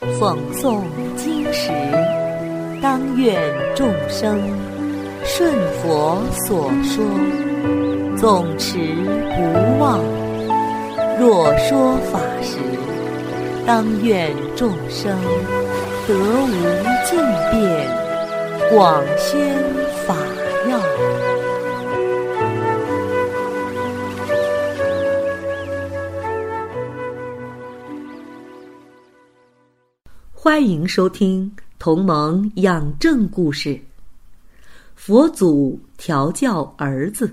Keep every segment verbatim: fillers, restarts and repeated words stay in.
讽诵经史，当愿众生顺佛所说，总持不忘。若说法时，当愿众生得无尽变，广宣法要。欢迎收听同盟养正故事。佛祖调教儿子。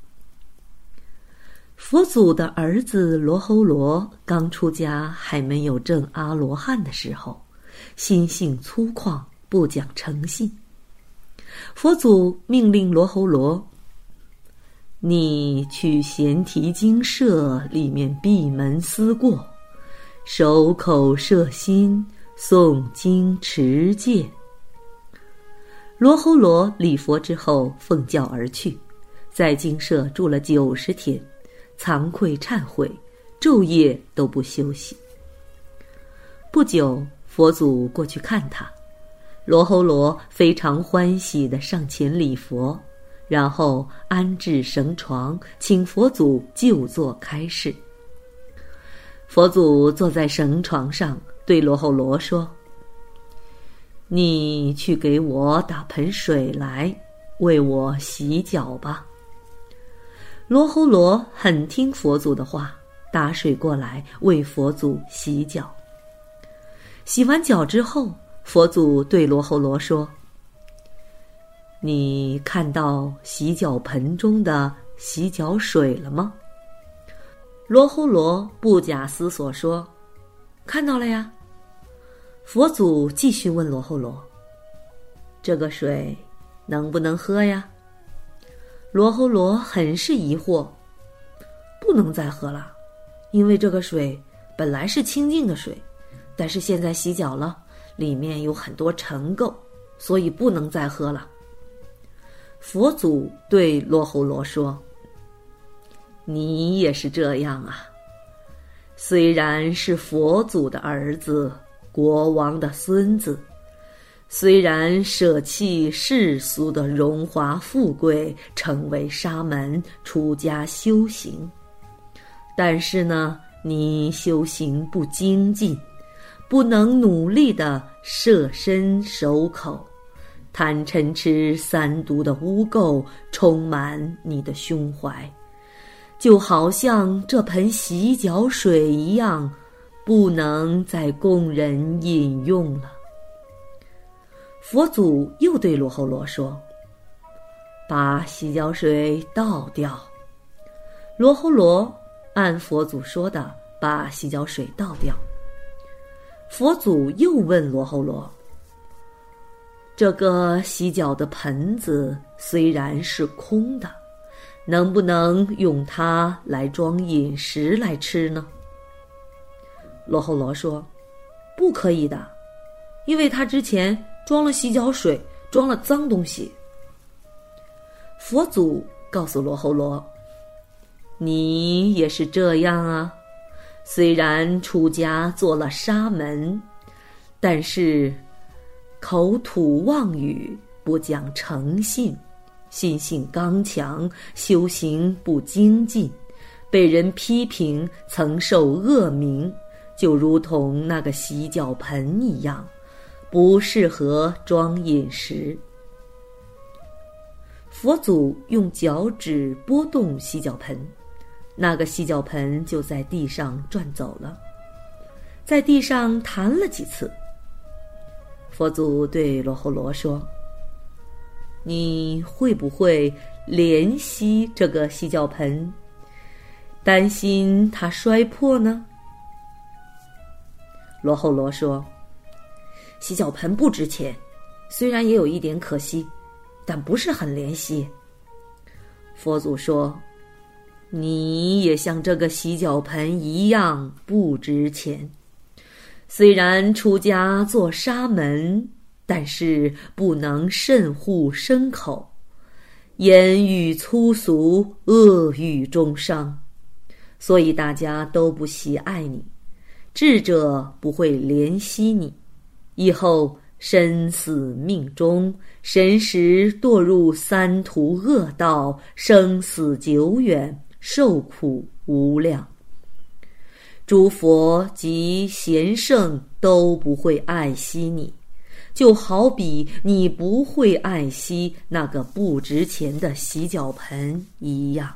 佛祖的儿子罗睺罗刚出家，还没有证阿罗汉的时候，心性粗犷，不讲诚信。佛祖命令罗睺罗，你去咸提精舍里面闭门思过，守口摄心，诵经持戒。罗睺罗礼佛之后奉教而去，在精舍住了九十天，惭愧忏悔，昼夜都不休息。不久，佛祖过去看他，罗睺罗非常欢喜地上前礼佛，然后安置绳床，请佛祖就坐开示。佛祖坐在绳床上，对罗睺罗说，你去给我打盆水来，为我洗脚吧。罗睺罗很听佛祖的话，打水过来为佛祖洗脚。洗完脚之后，佛祖对罗睺罗说，你看到洗脚盆中的洗脚水了吗？罗睺罗不假思索说，看到了呀。佛祖继续问罗睺罗，这个水能不能喝呀？罗睺罗很是疑惑，不能再喝了，因为这个水本来是清净的水，但是现在洗脚了，里面有很多尘垢，所以不能再喝了。佛祖对罗睺罗说，你也是这样啊，虽然是佛祖的儿子，国王的孙子，虽然舍弃世俗的荣华富贵，成为沙门出家修行，但是呢，你修行不精进，不能努力的摄身守口，贪嗔痴三毒的污垢充满你的胸怀，就好像这盆洗脚水一样，不能再供人饮用了。佛祖又对罗睺罗说，把洗脚水倒掉。罗睺罗按佛祖说的把洗脚水倒掉。佛祖又问罗睺罗，这个洗脚的盆子虽然是空的，能不能用它来装饮食来吃呢？罗睺罗说，不可以的，因为他之前装了洗脚水，装了脏东西。佛祖告诉罗睺罗，你也是这样啊，虽然出家做了沙门，但是口吐妄语，不讲诚信，心性刚强，修行不精进，被人批评，曾受恶名，就如同那个洗脚盆一样，不适合装饮食。佛祖用脚趾拨动洗脚盆，那个洗脚盆就在地上转走了，在地上弹了几次。佛祖对罗睺罗说，你会不会怜惜这个洗脚盆，担心它摔破呢？罗睺罗说，洗脚盆不值钱，虽然也有一点可惜，但不是很怜惜。佛祖说，你也像这个洗脚盆一样不值钱，虽然出家做沙门，但是不能慎护身口，言语粗俗，恶语中伤，所以大家都不喜爱你，智者不会怜惜你， 以后生死命中，神识堕入三途恶道，生死久远，受苦无量。诸佛及贤圣都不会爱惜你，就好比你不会爱惜那个不值钱的洗脚盆一样。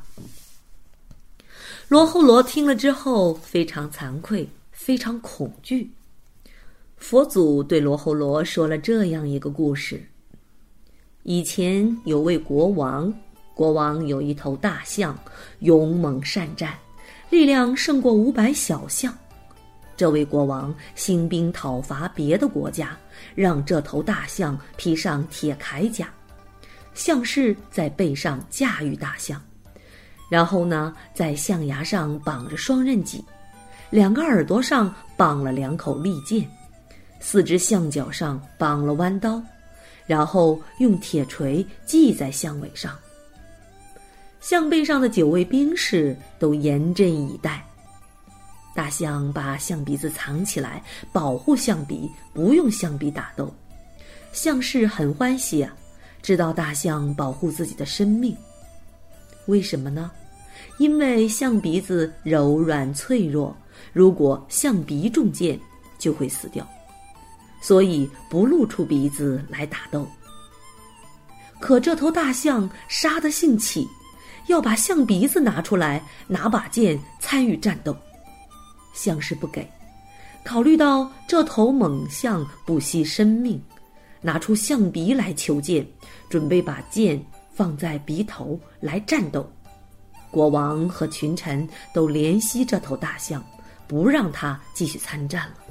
罗睺罗听了之后非常惭愧，非常恐惧。佛祖对罗睺罗说了这样一个故事：以前有位国王，国王有一头大象，勇猛善战，力量胜过五百小象。这位国王兴兵讨伐别的国家，让这头大象披上铁铠甲，象士在背上驾驭大象，然后呢，在象牙上绑着双刃戟，两个耳朵上绑了两口利剑，四只象脚上绑了弯刀，然后用铁锤系在象尾上。象背上的九位兵士都严阵以待。大象把象鼻子藏起来，保护象鼻，不用象鼻打斗。象士很欢喜啊，知道大象保护自己的生命。为什么呢？因为象鼻子柔软脆弱，如果象鼻中箭就会死掉，所以不露出鼻子来打斗。可这头大象杀得兴起，要把象鼻子拿出来，拿把剑参与战斗。象士不给，考虑到这头猛象不惜生命，拿出象鼻来求剑，准备把剑放在鼻头来战斗。国王和群臣都怜惜这头大象，不让他继续参战了。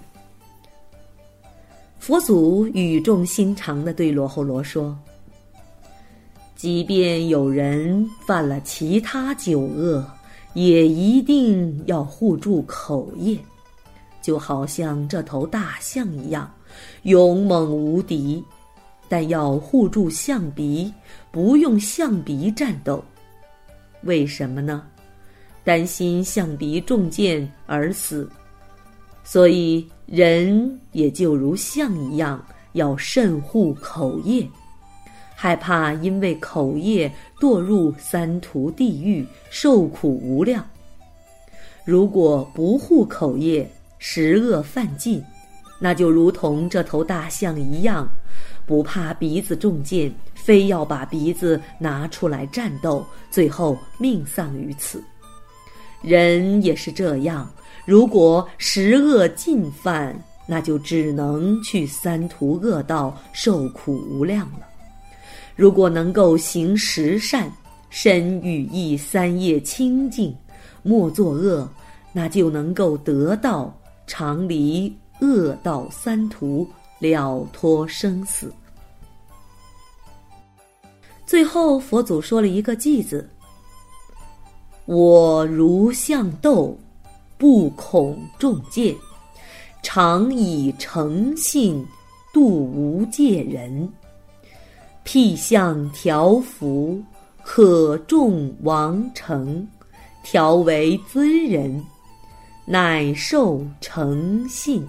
佛祖语重心长地对罗睺罗说：即便有人犯了其他九恶，也一定要护住口业，就好像这头大象一样，勇猛无敌，但要护住象鼻，不用象鼻战斗。为什么呢？担心象鼻中箭而死，所以人也就如象一样，要慎护口业，害怕因为口业堕入三途地狱，受苦无量。如果不护口业，十恶犯尽，那就如同这头大象一样，不怕鼻子中箭，非要把鼻子拿出来战斗，最后命丧于此。人也是这样，如果十恶尽犯，那就只能去三途恶道，受苦无量了。如果能够行十善，身语意三业清净，莫作恶，那就能够得道，常离恶道三途，了脱生死。最后佛祖说了一个偈字：我如象斗，不恐中箭，常以诚信度无戒人。辟相调伏，可中王成，调为尊人，乃受诚信。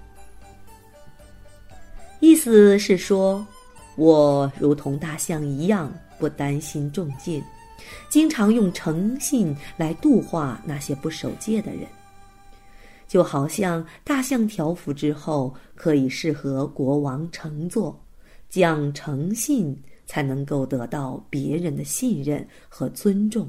意思是说，我如同大象一样，不担心中箭，经常用诚信来度化那些不守戒的人。就好像大象调伏之后，可以适合国王乘坐，讲诚信才能够得到别人的信任和尊重。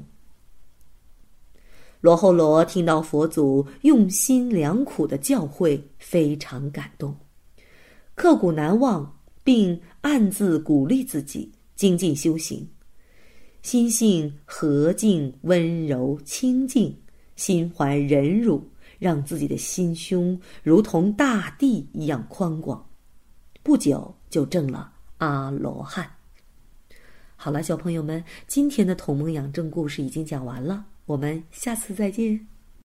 罗睺罗听到佛祖用心良苦的教诲，非常感动，刻骨难忘，并暗自鼓励自己精进修行，心性和静温柔清净，心怀忍辱，让自己的心胸如同大地一样宽广，不久就证了阿罗汉。好了，小朋友们，今天的同盟养正故事已经讲完了，我们下次再见。